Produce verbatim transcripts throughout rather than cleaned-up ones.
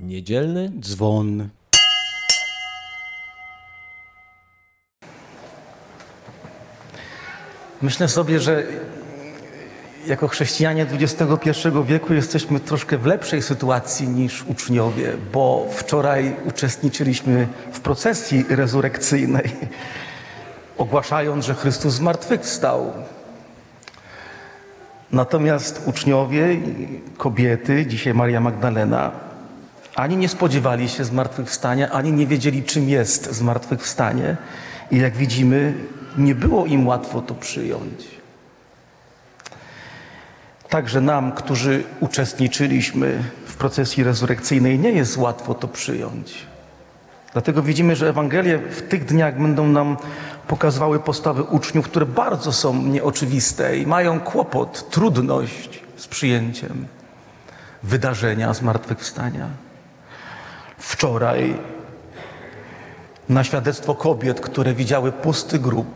Niedzielny dzwon. Myślę sobie, że jako chrześcijanie dwudziestego pierwszego wieku jesteśmy troszkę w lepszej sytuacji niż uczniowie, bo wczoraj uczestniczyliśmy w procesji rezurekcyjnej, ogłaszając, że Chrystus zmartwychwstał. Natomiast uczniowie i kobiety, dzisiaj Maria Magdalena, ani nie spodziewali się zmartwychwstania, ani nie wiedzieli, czym jest zmartwychwstanie. I jak widzimy, nie było im łatwo to przyjąć. Także nam, którzy uczestniczyliśmy w procesji rezurekcyjnej, nie jest łatwo to przyjąć. Dlatego widzimy, że Ewangelie w tych dniach będą nam pokazywały postawy uczniów, które bardzo są nieoczywiste i mają kłopot, trudność z przyjęciem wydarzenia zmartwychwstania. Wczoraj na świadectwo kobiet, które widziały pusty grób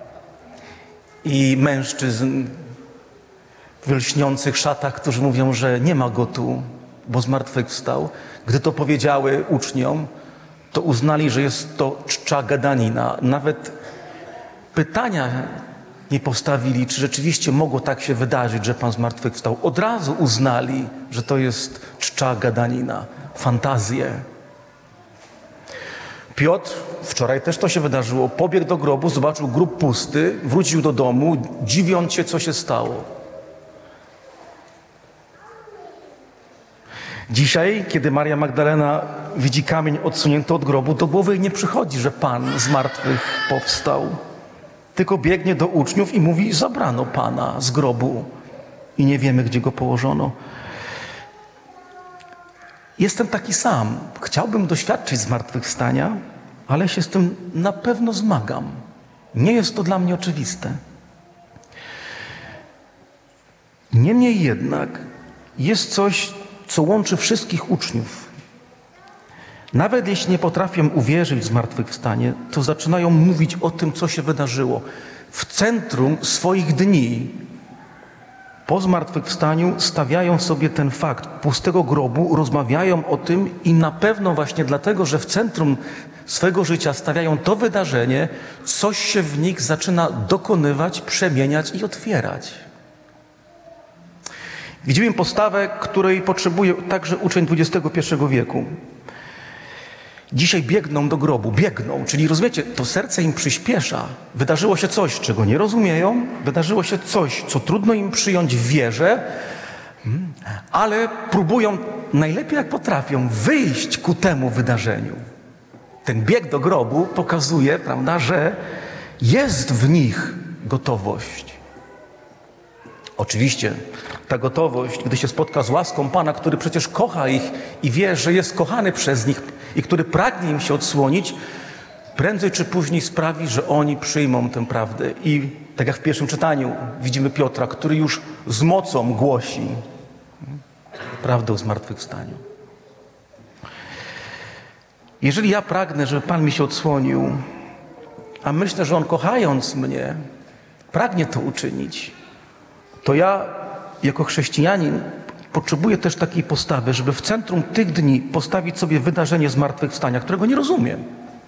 i mężczyzn w lśniących szatach, którzy mówią, że nie ma go tu, bo zmartwychwstał. Gdy to powiedziały uczniom, to uznali, że jest to czcza gadanina. Nawet pytania nie postawili, czy rzeczywiście mogło tak się wydarzyć, że Pan zmartwychwstał. Od razu uznali, że to jest czcza gadanina, fantazje. Piotr, wczoraj też to się wydarzyło, pobiegł do grobu, zobaczył grób pusty, wrócił do domu, dziwiąc się, co się stało. Dzisiaj, kiedy Maria Magdalena widzi kamień odsunięty od grobu, do głowy jej nie przychodzi, że Pan z martwych powstał. Tylko biegnie do uczniów i mówi, zabrano Pana z grobu i nie wiemy, gdzie go położono. Jestem taki sam. Chciałbym doświadczyć zmartwychwstania, ale się z tym na pewno zmagam. Nie jest to dla mnie oczywiste. Niemniej jednak jest coś, co łączy wszystkich uczniów. Nawet jeśli nie potrafią uwierzyć w zmartwychwstanie, to zaczynają mówić o tym, co się wydarzyło. W centrum swoich dni po zmartwychwstaniu stawiają sobie ten fakt pustego grobu, rozmawiają o tym i na pewno właśnie dlatego, że w centrum swego życia stawiają to wydarzenie, coś się w nich zaczyna dokonywać, przemieniać i otwierać. Widzimy postawę, której potrzebuje także uczeń dwudziestego pierwszego wieku. Dzisiaj biegną do grobu, biegną, czyli rozumiecie, to serce im przyspiesza. Wydarzyło się coś, czego nie rozumieją, wydarzyło się coś, co trudno im przyjąć w wierze, ale próbują najlepiej jak potrafią wyjść ku temu wydarzeniu. Ten bieg do grobu pokazuje, prawda, że jest w nich gotowość. Oczywiście ta gotowość, gdy się spotka z łaską Pana, który przecież kocha ich i wie, że jest kochany przez nich i który pragnie im się odsłonić, prędzej czy później sprawi, że oni przyjmą tę prawdę. I tak jak w pierwszym czytaniu widzimy Piotra, który już z mocą głosi prawdę o zmartwychwstaniu. Jeżeli ja pragnę, żeby Pan mi się odsłonił, a myślę, że On kochając mnie pragnie to uczynić, to ja jako chrześcijanin potrzebuję też takiej postawy, żeby w centrum tych dni postawić sobie wydarzenie zmartwychwstania, którego nie rozumiem.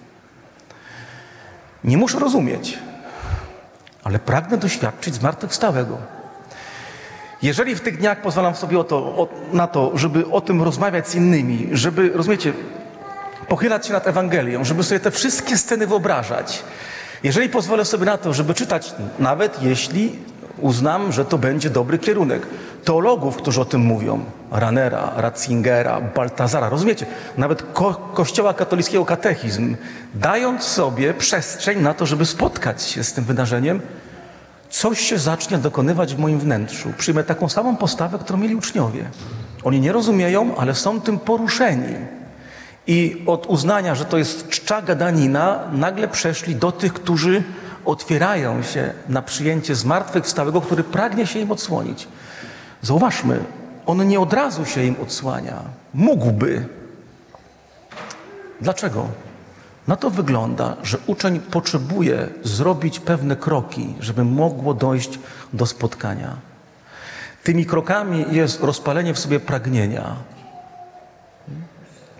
Nie muszę rozumieć, ale pragnę doświadczyć zmartwychwstałego. Jeżeli w tych dniach pozwalam sobie o to, o, na to, żeby o tym rozmawiać z innymi, żeby, rozumiecie, pochylać się nad Ewangelią, żeby sobie te wszystkie sceny wyobrażać, jeżeli pozwolę sobie na to, żeby czytać, nawet jeśli uznam, że to będzie dobry kierunek, teologów, którzy o tym mówią, Ranera, Ratzingera, Baltazara, rozumiecie, nawet ko Kościoła katolickiego katechizm, dając sobie przestrzeń na to, żeby spotkać się z tym wydarzeniem, coś się zacznie dokonywać w moim wnętrzu. Przyjmę taką samą postawę, którą mieli uczniowie. Oni nie rozumieją, ale są tym poruszeni. I od uznania, że to jest czcza gadanina, nagle przeszli do tych, którzy otwierają się na przyjęcie zmartwychwstałego, który pragnie się im odsłonić. Zauważmy, on nie od razu się im odsłania. Mógłby. Dlaczego? Na to wygląda, że uczeń potrzebuje zrobić pewne kroki, żeby mogło dojść do spotkania. Tymi krokami jest rozpalenie w sobie pragnienia.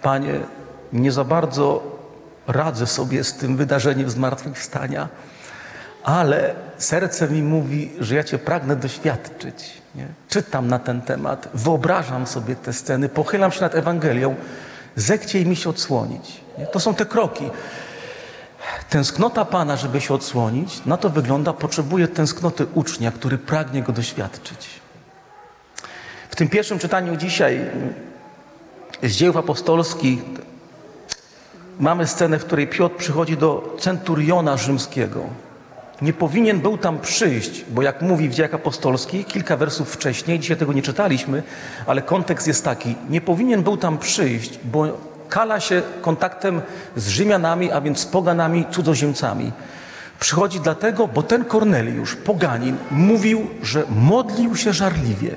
Panie, nie za bardzo radzę sobie z tym wydarzeniem zmartwychwstania, ale serce mi mówi, że ja Cię pragnę doświadczyć. Nie? Czytam na ten temat, wyobrażam sobie te sceny, pochylam się nad Ewangelią, zechciej mi się odsłonić. Nie? To są te kroki. Tęsknota Pana, żeby się odsłonić, na to wygląda, potrzebuje tęsknoty ucznia, który pragnie Go doświadczyć. W tym pierwszym czytaniu dzisiaj z Dziejów Apostolskich mamy scenę, w której Piotr przychodzi do centuriona rzymskiego. Nie powinien był tam przyjść, bo jak mówi w Dziejach Apostolskich, kilka wersów wcześniej, dzisiaj tego nie czytaliśmy, ale kontekst jest taki, nie powinien był tam przyjść, bo kala się kontaktem z Rzymianami, a więc z poganami, cudzoziemcami. Przychodzi dlatego, bo ten Korneliusz, poganin, mówił, że modlił się żarliwie.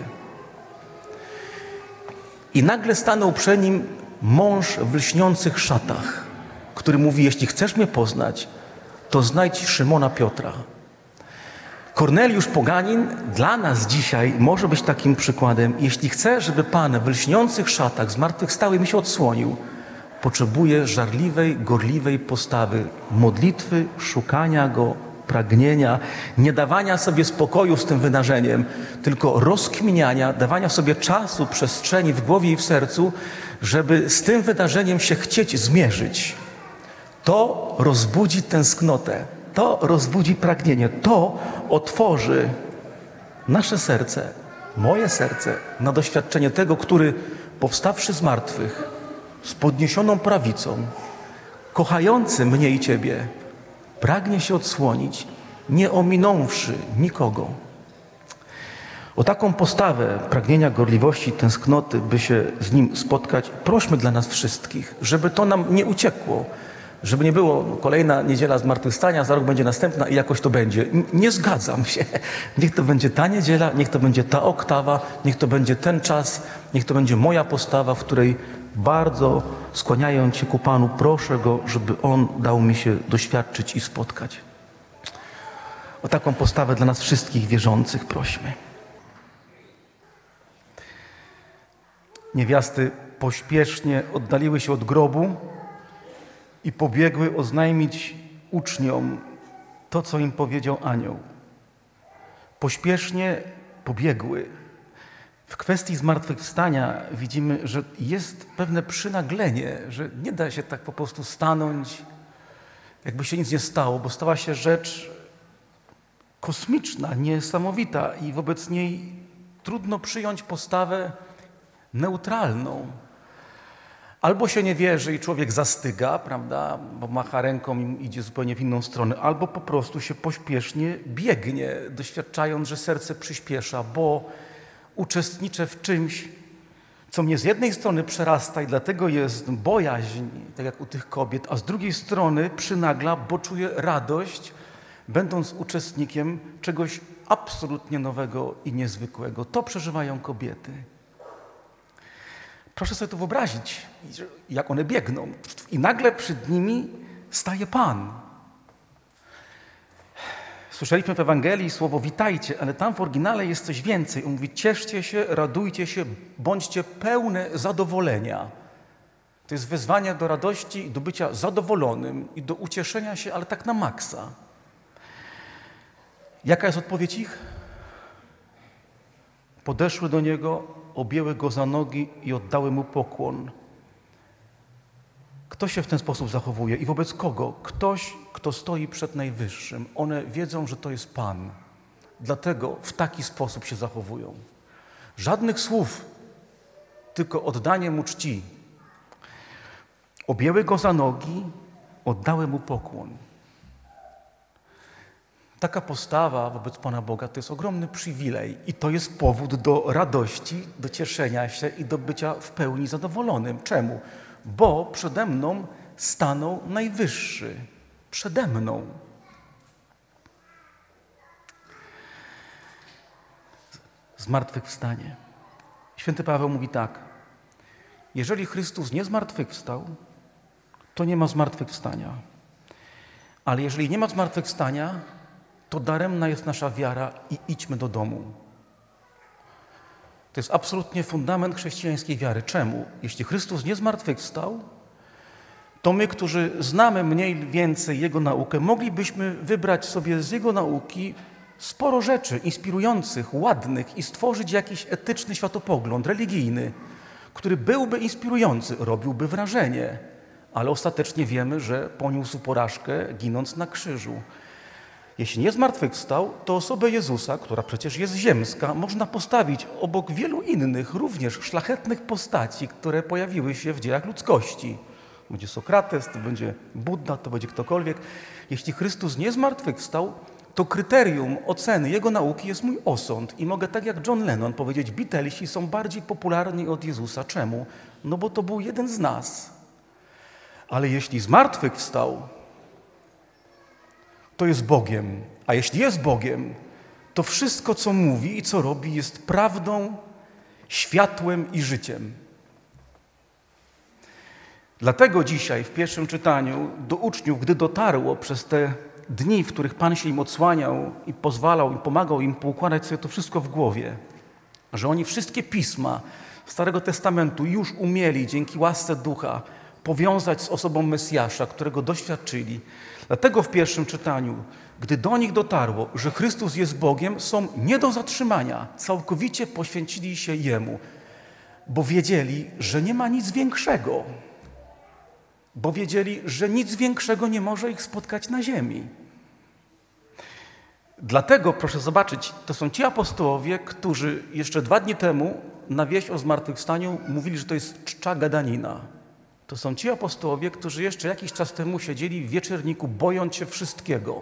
I nagle stanął przed nim mąż w lśniących szatach, który mówi, jeśli chcesz mnie poznać, to znajdź Szymona Piotra. Korneliusz poganin dla nas dzisiaj może być takim przykładem. Jeśli chce, żeby Pan w lśniących szatach zmartwychwstały mi się odsłonił, potrzebuje żarliwej, gorliwej postawy, modlitwy, szukania Go, pragnienia, nie dawania sobie spokoju z tym wydarzeniem, tylko rozkminiania, dawania sobie czasu, przestrzeni w głowie i w sercu, żeby z tym wydarzeniem się chcieć zmierzyć. To rozbudzi tęsknotę, to rozbudzi pragnienie, to otworzy nasze serce, moje serce na doświadczenie tego, który powstawszy z martwych, z podniesioną prawicą, kochający mnie i Ciebie, pragnie się odsłonić, nie ominąwszy nikogo. O taką postawę pragnienia, gorliwości, tęsknoty, by się z Nim spotkać, prośmy dla nas wszystkich, żeby to nam nie uciekło, żeby nie było kolejna niedziela zmartwychwstania, za rok będzie następna i jakoś to będzie. Nie zgadzam się. Niech to będzie ta niedziela, niech to będzie ta oktawa, niech to będzie ten czas, niech to będzie moja postawa, w której bardzo skłaniając się ku Panu, proszę Go, żeby On dał mi się doświadczyć i spotkać. O taką postawę dla nas wszystkich wierzących prośmy. Niewiasty pośpiesznie oddaliły się od grobu i pobiegły oznajmić uczniom to, co im powiedział anioł. Pośpiesznie pobiegły. W kwestii zmartwychwstania widzimy, że jest pewne przynaglenie, że nie da się tak po prostu stanąć, jakby się nic nie stało, bo stała się rzecz kosmiczna, niesamowita i wobec niej trudno przyjąć postawę neutralną. Albo się nie wierzy i człowiek zastyga, prawda, bo macha ręką i idzie zupełnie w inną stronę, albo po prostu się pośpiesznie biegnie, doświadczając, że serce przyspiesza, bo uczestniczę w czymś, co mnie z jednej strony przerasta i dlatego jest bojaźń, tak jak u tych kobiet, a z drugiej strony przynagla, bo czuję radość, będąc uczestnikiem czegoś absolutnie nowego i niezwykłego. To przeżywają kobiety. Proszę sobie to wyobrazić, jak one biegną i nagle przed nimi staje Pan. Słyszeliśmy w Ewangelii słowo witajcie, ale tam w oryginale jest coś więcej. On mówi cieszcie się, radujcie się, bądźcie pełne zadowolenia. To jest wezwanie do radości i do bycia zadowolonym i do ucieszenia się, ale tak na maksa. Jaka jest odpowiedź ich? Podeszły do Niego, objęły Go za nogi i oddały Mu pokłon. Kto się w ten sposób zachowuje i wobec kogo? Ktoś, kto stoi przed Najwyższym. One wiedzą, że to jest Pan. Dlatego w taki sposób się zachowują. Żadnych słów, tylko oddanie Mu czci. Objęły Go za nogi, oddały Mu pokłon. Taka postawa wobec Pana Boga to jest ogromny przywilej i to jest powód do radości, do cieszenia się i do bycia w pełni zadowolonym. Czemu? Bo przede mną stanął Najwyższy. Przede mną. Zmartwychwstanie. Święty Paweł mówi tak. Jeżeli Chrystus nie zmartwychwstał, to nie ma zmartwychwstania. Ale jeżeli nie ma zmartwychwstania, to daremna jest nasza wiara i idźmy do domu. To jest absolutnie fundament chrześcijańskiej wiary. Czemu? Jeśli Chrystus nie zmartwychwstał, to my, którzy znamy mniej więcej Jego naukę, moglibyśmy wybrać sobie z Jego nauki sporo rzeczy inspirujących, ładnych i stworzyć jakiś etyczny światopogląd religijny, który byłby inspirujący, robiłby wrażenie, ale ostatecznie wiemy, że poniósł porażkę, ginąc na krzyżu. Jeśli nie zmartwychwstał, to osobę Jezusa, która przecież jest ziemska, można postawić obok wielu innych, również szlachetnych postaci, które pojawiły się w dziejach ludzkości. Będzie Sokrates, to będzie Budda, to będzie ktokolwiek. Jeśli Chrystus nie zmartwychwstał, to kryterium oceny Jego nauki jest mój osąd. I mogę tak jak John Lennon powiedzieć, Beatlesi są bardziej popularni od Jezusa. Czemu? No bo to był jeden z nas. Ale jeśli zmartwychwstał, to jest Bogiem. A jeśli jest Bogiem, to wszystko, co mówi i co robi, jest prawdą, światłem i życiem. Dlatego dzisiaj w pierwszym czytaniu do uczniów, gdy dotarło przez te dni, w których Pan się im odsłaniał i pozwalał i pomagał im poukładać sobie to wszystko w głowie, że oni wszystkie pisma Starego Testamentu już umieli dzięki łasce Ducha powiązać z osobą Mesjasza, którego doświadczyli. Dlatego w pierwszym czytaniu, gdy do nich dotarło, że Chrystus jest Bogiem, są nie do zatrzymania. Całkowicie poświęcili się Jemu, bo wiedzieli, że nie ma nic większego. Bo wiedzieli, że nic większego nie może ich spotkać na ziemi. Dlatego, proszę zobaczyć, to są ci apostołowie, którzy jeszcze dwa dni temu na wieść o zmartwychwstaniu mówili, że to jest czcza gadanina. To są ci apostołowie, którzy jeszcze jakiś czas temu siedzieli w wieczerniku, bojąc się wszystkiego.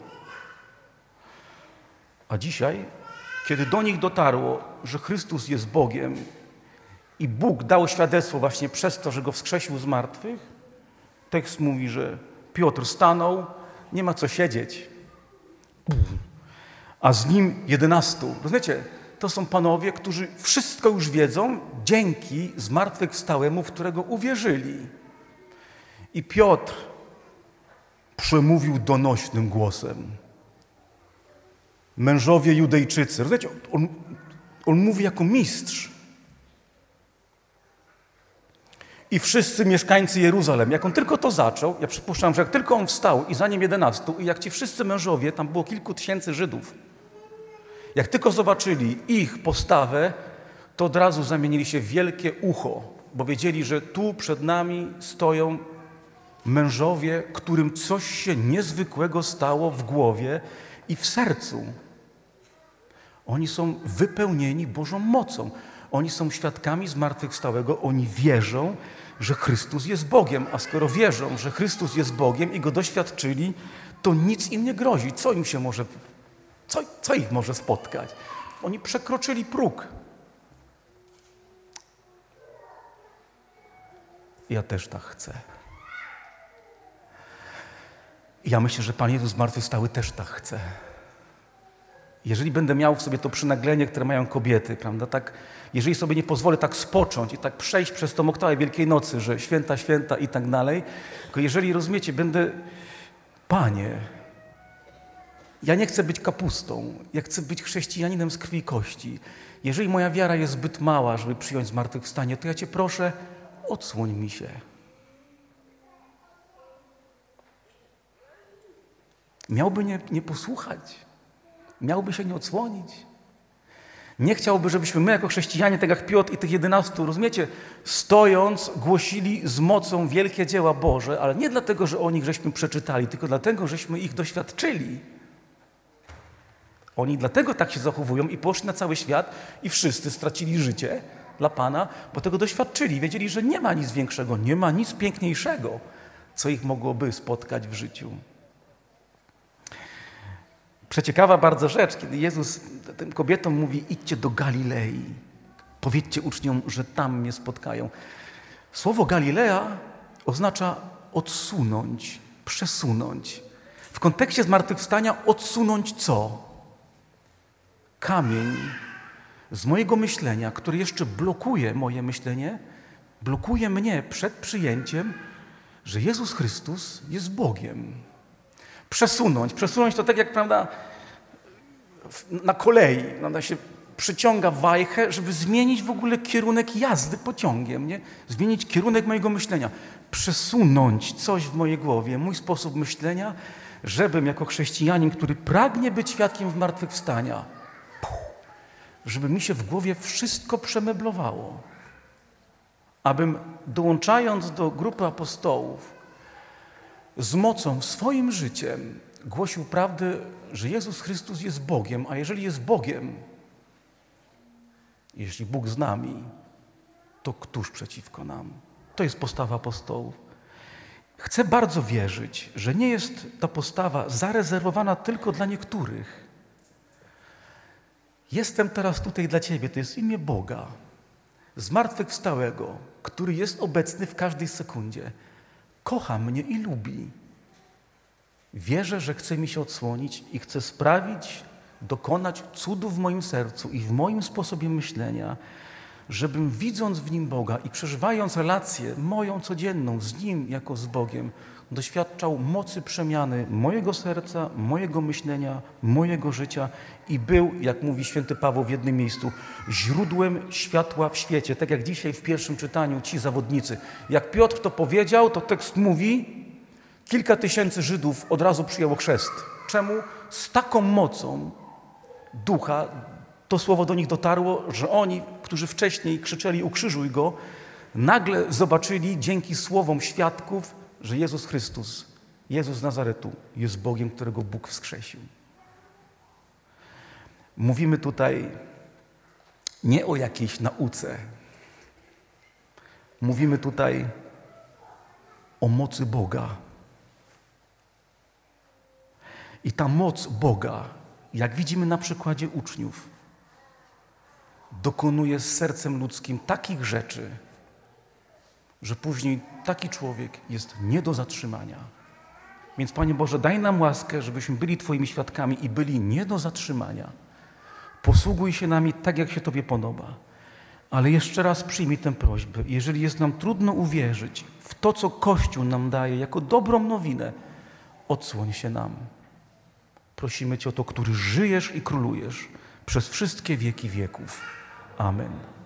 A dzisiaj, kiedy do nich dotarło, że Chrystus jest Bogiem i Bóg dał świadectwo właśnie przez to, że Go wskrzesił z martwych, tekst mówi, że Piotr stanął, nie ma co siedzieć, a z nim jedenastu. Rozumiecie, to są panowie, którzy wszystko już wiedzą dzięki zmartwychwstałemu, w którego uwierzyli. I Piotr przemówił donośnym głosem. Mężowie Judejczycy. Rozumiecie, on, on mówi jako mistrz. I wszyscy mieszkańcy Jeruzalem, jak on tylko to zaczął, ja przypuszczam, że jak tylko on wstał i za nim jedenastu, i jak ci wszyscy mężowie, tam było kilku tysięcy Żydów, jak tylko zobaczyli ich postawę, to od razu zamienili się w wielkie ucho, bo wiedzieli, że tu przed nami stoją mężowie, którym coś się niezwykłego stało w głowie i w sercu. Oni są wypełnieni Bożą mocą. Oni są świadkami zmartwychwstałego. Oni wierzą, że Chrystus jest Bogiem. A skoro wierzą, że Chrystus jest Bogiem i Go doświadczyli, to nic im nie grozi. Co im się może, co, co ich może spotkać? Oni przekroczyli próg. Ja też tak chcę. I ja myślę, że Pan Jezus zmartwychwstały też tak chce. Jeżeli będę miał w sobie to przynaglenie, które mają kobiety, prawda, tak, jeżeli sobie nie pozwolę tak spocząć i tak przejść przez tą oktawę Wielkiej Nocy, że święta, święta i tak dalej, tylko jeżeli, rozumiecie, będę, Panie, ja nie chcę być kapustą, ja chcę być chrześcijaninem z krwi i kości. Jeżeli moja wiara jest zbyt mała, żeby przyjąć zmartwychwstanie, to ja Cię proszę, odsłoń mi się. Miałby nie, nie posłuchać. Miałby się nie odsłonić. Nie chciałby, żebyśmy my jako chrześcijanie, tak jak Piotr i tych jedenastu, rozumiecie, stojąc, głosili z mocą wielkie dzieła Boże, ale nie dlatego, że o nich żeśmy przeczytali, tylko dlatego, żeśmy ich doświadczyli. Oni dlatego tak się zachowują i poszli na cały świat i wszyscy stracili życie dla Pana, bo tego doświadczyli. Wiedzieli, że nie ma nic większego, nie ma nic piękniejszego, co ich mogłoby spotkać w życiu. Przeciekawa bardzo rzecz, kiedy Jezus tym kobietom mówi, idźcie do Galilei, powiedzcie uczniom, że tam mnie spotkają. Słowo Galilea oznacza odsunąć, przesunąć. W kontekście zmartwychwstania odsunąć co? Kamień z mojego myślenia, który jeszcze blokuje moje myślenie, blokuje mnie przed przyjęciem, że Jezus Chrystus jest Bogiem. Przesunąć. Przesunąć to tak jak, prawda, na kolei. Prawda, się przyciąga wajchę, żeby zmienić w ogóle kierunek jazdy pociągiem, nie? Zmienić kierunek mojego myślenia, przesunąć coś w mojej głowie, mój sposób myślenia, żebym jako chrześcijanin, który pragnie być świadkiem zmartwychwstania, żeby mi się w głowie wszystko przemeblowało. Abym dołączając do grupy apostołów z mocą swoim życiem głosił prawdę, że Jezus Chrystus jest Bogiem, a jeżeli jest Bogiem, jeśli Bóg z nami, to któż przeciwko nam? To jest postawa apostołów. Chcę bardzo wierzyć, że nie jest ta postawa zarezerwowana tylko dla niektórych. Jestem teraz tutaj dla Ciebie, to jest imię Boga, zmartwychwstałego, który jest obecny w każdej sekundzie. Kocha mnie i lubi. Wierzę, że chce mi się odsłonić i chce sprawić, dokonać cudów w moim sercu i w moim sposobie myślenia, żebym widząc w Nim Boga i przeżywając relację moją codzienną z Nim jako z Bogiem, doświadczał mocy przemiany mojego serca, mojego myślenia, mojego życia i był, jak mówi święty Paweł w jednym miejscu, źródłem światła w świecie. Tak jak dzisiaj w pierwszym czytaniu ci zawodnicy. Jak Piotr to powiedział, to tekst mówi, kilka tysięcy Żydów od razu przyjęło chrzest. Czemu? Z taką mocą ducha to słowo do nich dotarło, że oni, którzy wcześniej krzyczeli ukrzyżuj Go, nagle zobaczyli dzięki słowom świadków, że Jezus Chrystus, Jezus z Nazaretu jest Bogiem, którego Bóg wskrzesił. Mówimy tutaj nie o jakiejś nauce. Mówimy tutaj o mocy Boga. I ta moc Boga, jak widzimy na przykładzie uczniów, dokonuje z sercem ludzkim takich rzeczy, że później taki człowiek jest nie do zatrzymania. Więc Panie Boże, daj nam łaskę, żebyśmy byli Twoimi świadkami i byli nie do zatrzymania. Posługuj się nami tak, jak się Tobie podoba. Ale jeszcze raz przyjmij tę prośbę. Jeżeli jest nam trudno uwierzyć w to, co Kościół nam daje jako dobrą nowinę, odsłoń się nam. Prosimy Cię o to, który żyjesz i królujesz przez wszystkie wieki wieków. Amen.